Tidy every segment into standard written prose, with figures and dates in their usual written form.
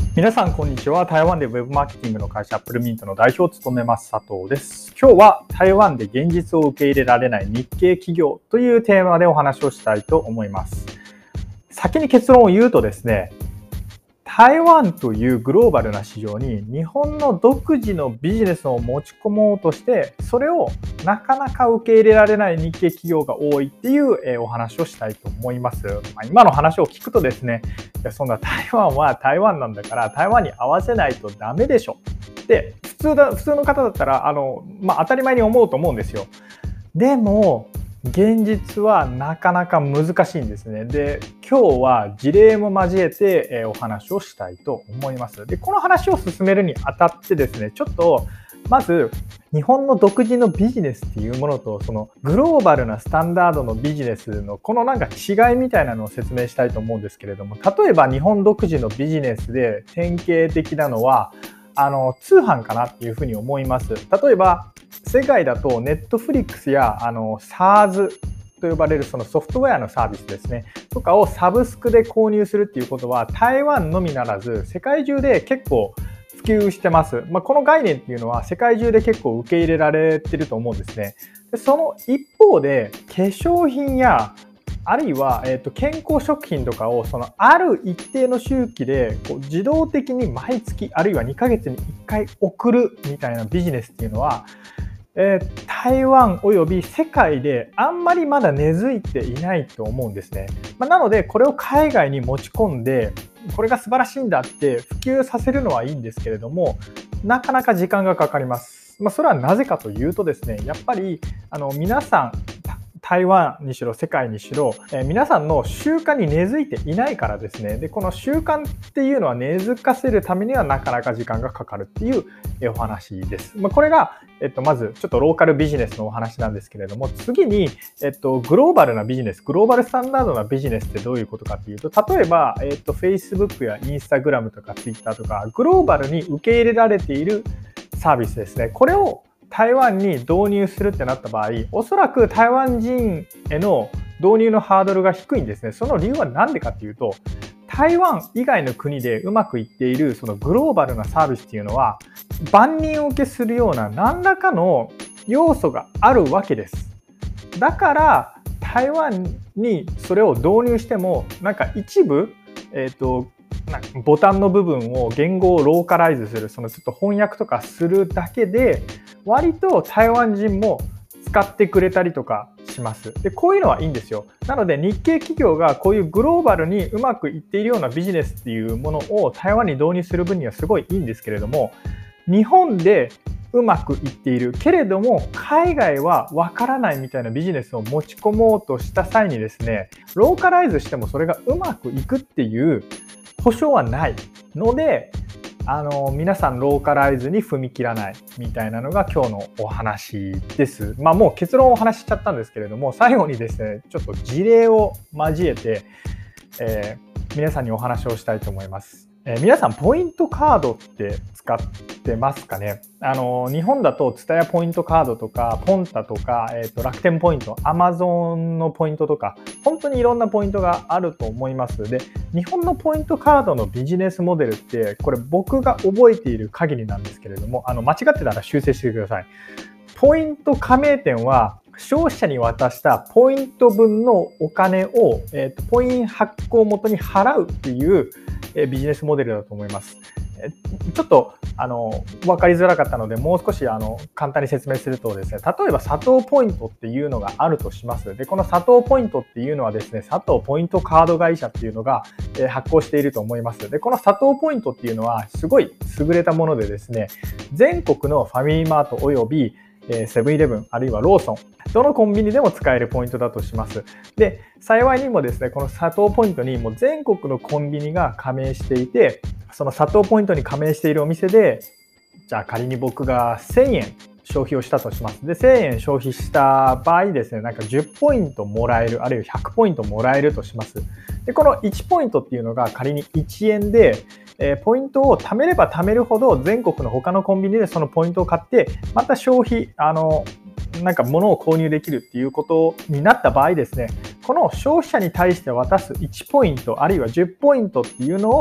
皆さんこんにちは。台湾でウェブマーケティングの会社アップルミントの代表を務めます佐藤です。今日は台湾で現実を受け入れられない日系企業というテーマでお話をしたいと思います。先に結論を言うとですね、台湾というグローバルな市場に日本の独自のビジネスを持ち込もうとして、それをなかなか受け入れられない日系企業が多いっていうお話をしたいと思います。今の話を聞くとですね、いやそんな台湾は台湾なんだから台湾に合わせないとダメでしょって普通の方だったら当たり前に思うと思うんですよ。でも現実はなかなか難しいんですね。で、今日は事例も交えてお話をしたいと思います。で、この話を進めるにあたってですね、ちょっとまず日本の独自のビジネスっていうものとそのグローバルなスタンダードのビジネスのこの違いみたいなのを説明したいと思うんですけれども、例えば日本独自のビジネスで典型的なのは通販かなっていうふうに思います。例えば世界だとネットフリックスやSaaS と呼ばれるそのソフトウェアのサービスですねとかをサブスクで購入するっていうことは台湾のみならず世界中で結構普及してます。この概念っていうのは世界中で結構受け入れられてると思うんですね。でその一方で化粧品やあるいは、健康食品とかをそのある一定の周期で自動的に毎月あるいは2ヶ月に1回送るみたいなビジネスっていうのは台湾および世界であんまりまだ根付いていないと思うんですね。なのでこれを海外に持ち込んでこれが素晴らしいんだって普及させるのはいいんですけれども、なかなか時間がかかります。それはなぜかというとですね、やっぱり皆さん台湾にしろ世界にしろ、皆さんの習慣に根付いていないからですね。でこの習慣っていうのは根付かせるためにはなかなか時間がかかるっていうお話です。これがまずちょっとローカルビジネスのお話なんですけれども、次にグローバルなビジネス、グローバルスタンダードなビジネスってどういうことかっていうと、例えばFacebook や Instagram とか Twitter とかグローバルに受け入れられているサービスですね。これを台湾に導入するってなった場合、おそらく台湾人への導入のハードルが低いんですね。その理由は何でかっていうと、台湾以外の国でうまくいっているそのグローバルなサービスっていうのは万人受けするような何らかの要素があるわけです。だから台湾にそれを導入しても一部ボタンの部分を言語をローカライズする、そのちょっと翻訳とかするだけで割と台湾人も使ってくれたりとかします。でこういうのはいいんですよ。なので日系企業がこういうグローバルにうまくいっているようなビジネスっていうものを台湾に導入する分にはすごいいいんですけれども、日本でうまくいっているけれども海外はわからないみたいなビジネスを持ち込もうとした際にですね、ローカライズしてもそれがうまくいくっていう保証はないので、皆さんローカライズに踏み切らないみたいなのが今日のお話です。もう結論をお話ししちゃったんですけれども、最後にですねちょっと事例を交えて、皆さんにお話をしたいと思います。皆さんポイントカードって使ってますかね。日本だとTSUTAYAポイントカードとかポンタとか、楽天ポイント、Amazon のポイントとか本当にいろんなポイントがあると思います。で、日本のポイントカードのビジネスモデルってこれ僕が覚えている限りなんですけれども、間違ってたら修正してください。ポイント加盟店は消費者に渡したポイント分のお金を、ポイン発行元に払うっていうビジネスモデルだと思います。ちょっと分かりづらかったのでもう少し簡単に説明するとですね、例えば佐藤ポイントっていうのがあるとします。でこの佐藤ポイントっていうのはですね、佐藤ポイントカード会社っていうのが発行していると思います。でこの佐藤ポイントっていうのはすごい優れたものでですね、全国のファミリーマートおよびセブンイレブンあるいはローソン、どのコンビニでも使えるポイントだとします。で幸いにもですね、この佐藤ポイントにもう全国のコンビニが加盟していて、その佐藤ポイントに加盟しているお店で、じゃあ仮に僕が1000円消費をしたとします。で1000円消費した場合ですね、10ポイントもらえる、あるいは100ポイントもらえるとします。でこの1ポイントっていうのが仮に1円で、ポイントを貯めれば貯めるほど全国の他のコンビニでそのポイントを買ってまた消費物を購入できるっていうことになった場合ですね、この消費者に対して渡す1ポイントあるいは10ポイントっていうのを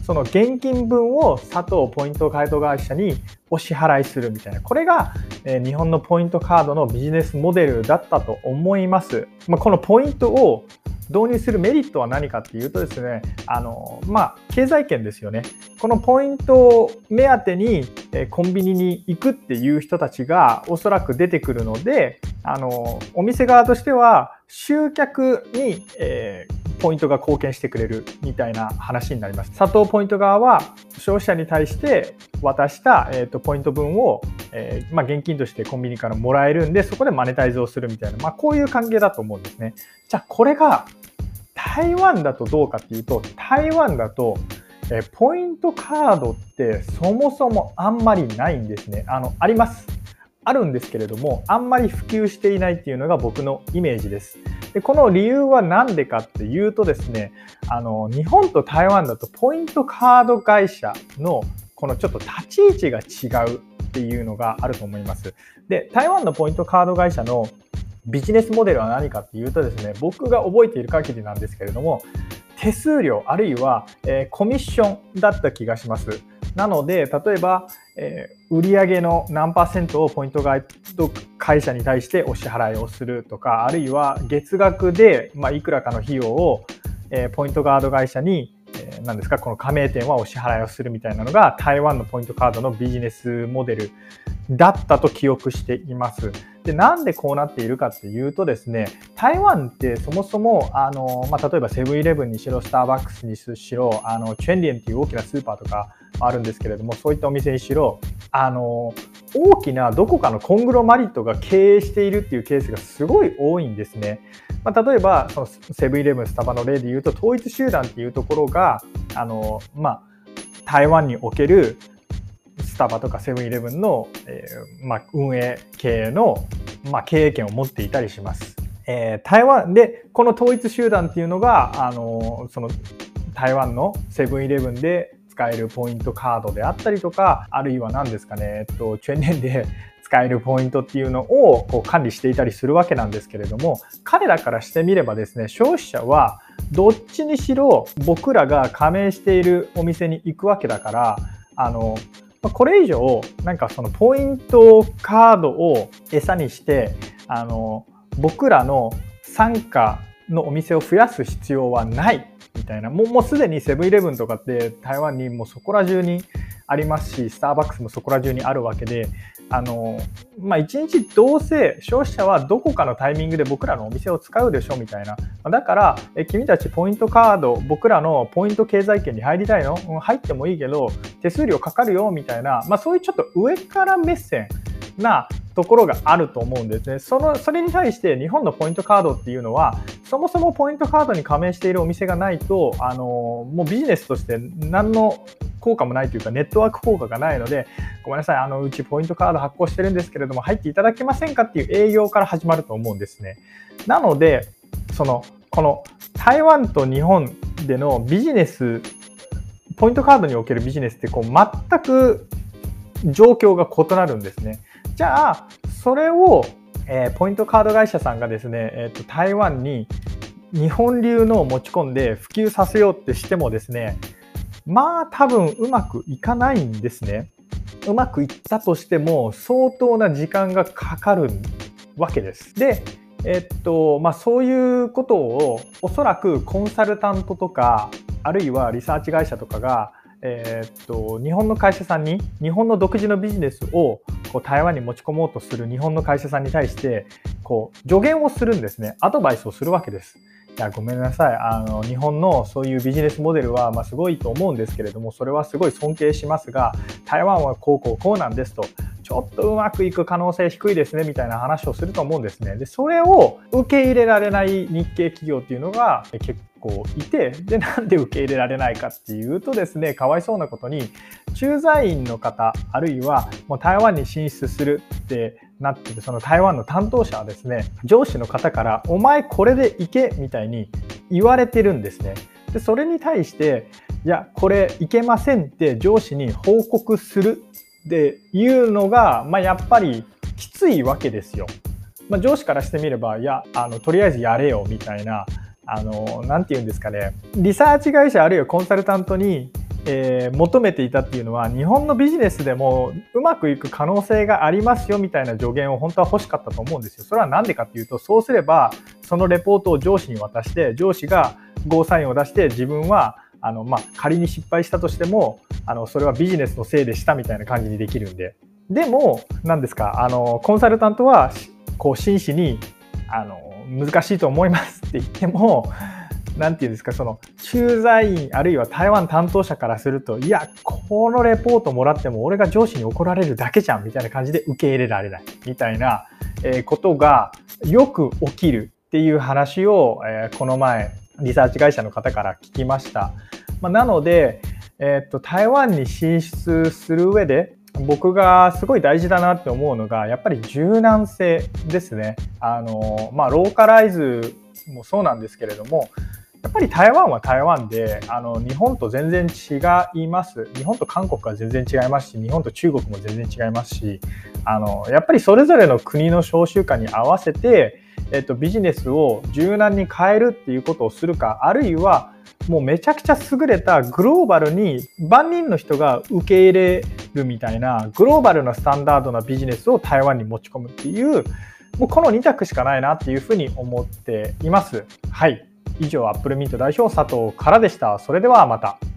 その現金分を佐藤ポイントカード会社にお支払いするみたいな、これが日本のポイントカードのビジネスモデルだったと思います。このポイントを導入するメリットは何かっていうとですね、経済圏ですよね。このポイントを目当てにコンビニに行くっていう人たちがおそらく出てくるので、お店側としては集客に、ポイントが貢献してくれるみたいな話になります。佐藤ポイント側は消費者に対して渡した、ポイント分を、現金としてコンビニからもらえるんで、そこでマネタイズをするみたいな、こういう関係だと思うんですね。じゃあこれが台湾だとどうかっていうと、台湾だとポイントカードってそもそもあんまりないんですね。あります。あるんですけれども、あんまり普及していないっていうのが僕のイメージです。で、この理由は何でかっていうとですね、日本と台湾だとポイントカード会社のこのちょっと立ち位置が違うっていうのがあると思います。で、台湾のポイントカード会社のビジネスモデルは何かっていうとですね、僕が覚えている限りなんですけれども、手数料あるいはコミッションだった気がします。なので、例えば売上の何%をポイント会社に対してお支払いをするとか、あるいは月額でいくらかの費用をポイントカード会社に何ですか、この加盟店はお支払いをするみたいなのが台湾のポイントカードのビジネスモデルだったと記憶しています。で、なんでこうなっているかっていうとですね、台湾ってそもそも例えばセブンイレブンにしろ、スターバックスにしろ、チェンリエンっていう大きなスーパーとかあるんですけれども、そういったお店にしろ大きなどこかのコングロマリットが経営しているっていうケースがすごい多いんですね。例えばそのセブンイレブン、スタバの例で言うと、統一集団っていうところが台湾におけるスタバとかセブンイレブンの、運営経営の、経営権を持っていたりします。台湾でこの統一集団っていうのがその台湾のセブンイレブンで使えるポイントカードであったりとか、あるいは何ですかね、チェンネンで使えるポイントっていうのをこう管理していたりするわけなんですけれども、彼らからしてみればですね、消費者はどっちにしろ僕らが加盟しているお店に行くわけだから、これ以上なんかそのポイントカードを餌にして僕らの傘下のお店を増やす必要はないみたいな、もうすでにセブンイレブンとかって台湾にもうそこら中にありますし、スターバックスもそこら中にあるわけで、一日どうせ消費者はどこかのタイミングで僕らのお店を使うでしょみたいな。だから君たちポイントカード、僕らのポイント経済圏に入りたいの？入ってもいいけど手数料かかるよみたいな、そういうちょっと上から目線なところがあると思うんですね。それに対して日本のポイントカードっていうのは、そもそもポイントカードに加盟しているお店がないともうビジネスとして何の効果もないというか、ネットワーク効果がないので、ごめんなさい、うちポイントカード発行してるんですけれども入っていただけませんかっていう営業から始まると思うんですね。なのでこの台湾と日本でのビジネス、ポイントカードにおけるビジネスって全く状況が異なるんですね。じゃあそれをポイントカード会社さんがですね、台湾に日本流のを持ち込んで普及させようってしてもですね、多分うまくいかないんですね。うまくいったとしても相当な時間がかかるわけです。で、そういうことをおそらくコンサルタントとか、あるいはリサーチ会社とかが日本の会社さんに日本の独自のビジネスを台湾に持ち込もうとする日本の会社さんに対して助言をするんですね。アドバイスをするわけです。いやごめんなさい、日本のそういうビジネスモデルはすごいと思うんですけれども、それはすごい尊敬しますが、台湾はこうなんですと、ちょっとうまくいく可能性低いですねみたいな話をすると思うんですね。でそれを受け入れられない日系企業っていうのが結構いて、でなんで受け入れられないかっていうとですね、かわいそうなことに駐在員の方、あるいはもう台湾に進出するってなってて、その台湾の担当者はですね、上司の方からお前これで行けみたいに言われてるんですね。でそれに対していやこれいけませんって上司に報告するっていうのがやっぱりきついわけですよ。上司からしてみればいやとりあえずやれよみたいな、なんて言うんですかね、リサーチ会社あるいはコンサルタントに求めていたっていうのは、日本のビジネスでもうまくいく可能性がありますよみたいな助言を本当は欲しかったと思うんですよ。それは何でかっていうと、そうすればそのレポートを上司に渡して、上司がゴーサインを出して、自分は仮に失敗したとしてもそれはビジネスのせいでしたみたいな感じにできるんで。でも何ですか、コンサルタントはこう真摯に難しいと思いますって言っても、なんていうんですか、その駐在員あるいは台湾担当者からすると、いやこのレポートもらっても俺が上司に怒られるだけじゃんみたいな感じで受け入れられないみたいなことがよく起きるっていう話をこの前リサーチ会社の方から聞きました。なので台湾に進出する上で僕がすごい大事だなって思うのが、やっぱり柔軟性ですね。ローカライズもそうなんですけれども、やっぱり台湾は台湾で日本と全然違います。日本と韓国は全然違いますし、日本と中国も全然違いますし、やっぱりそれぞれの国の商習慣に合わせて、ビジネスを柔軟に変えるっていうことをするか、あるいはもうめちゃくちゃ優れたグローバルに万人の人が受け入れるみたいなグローバルなスタンダードなビジネスを台湾に持ち込むっていう、もうこの2択しかないなっていうふうに思っています。はい。以上、アップルミント代表佐藤からでした。それではまた。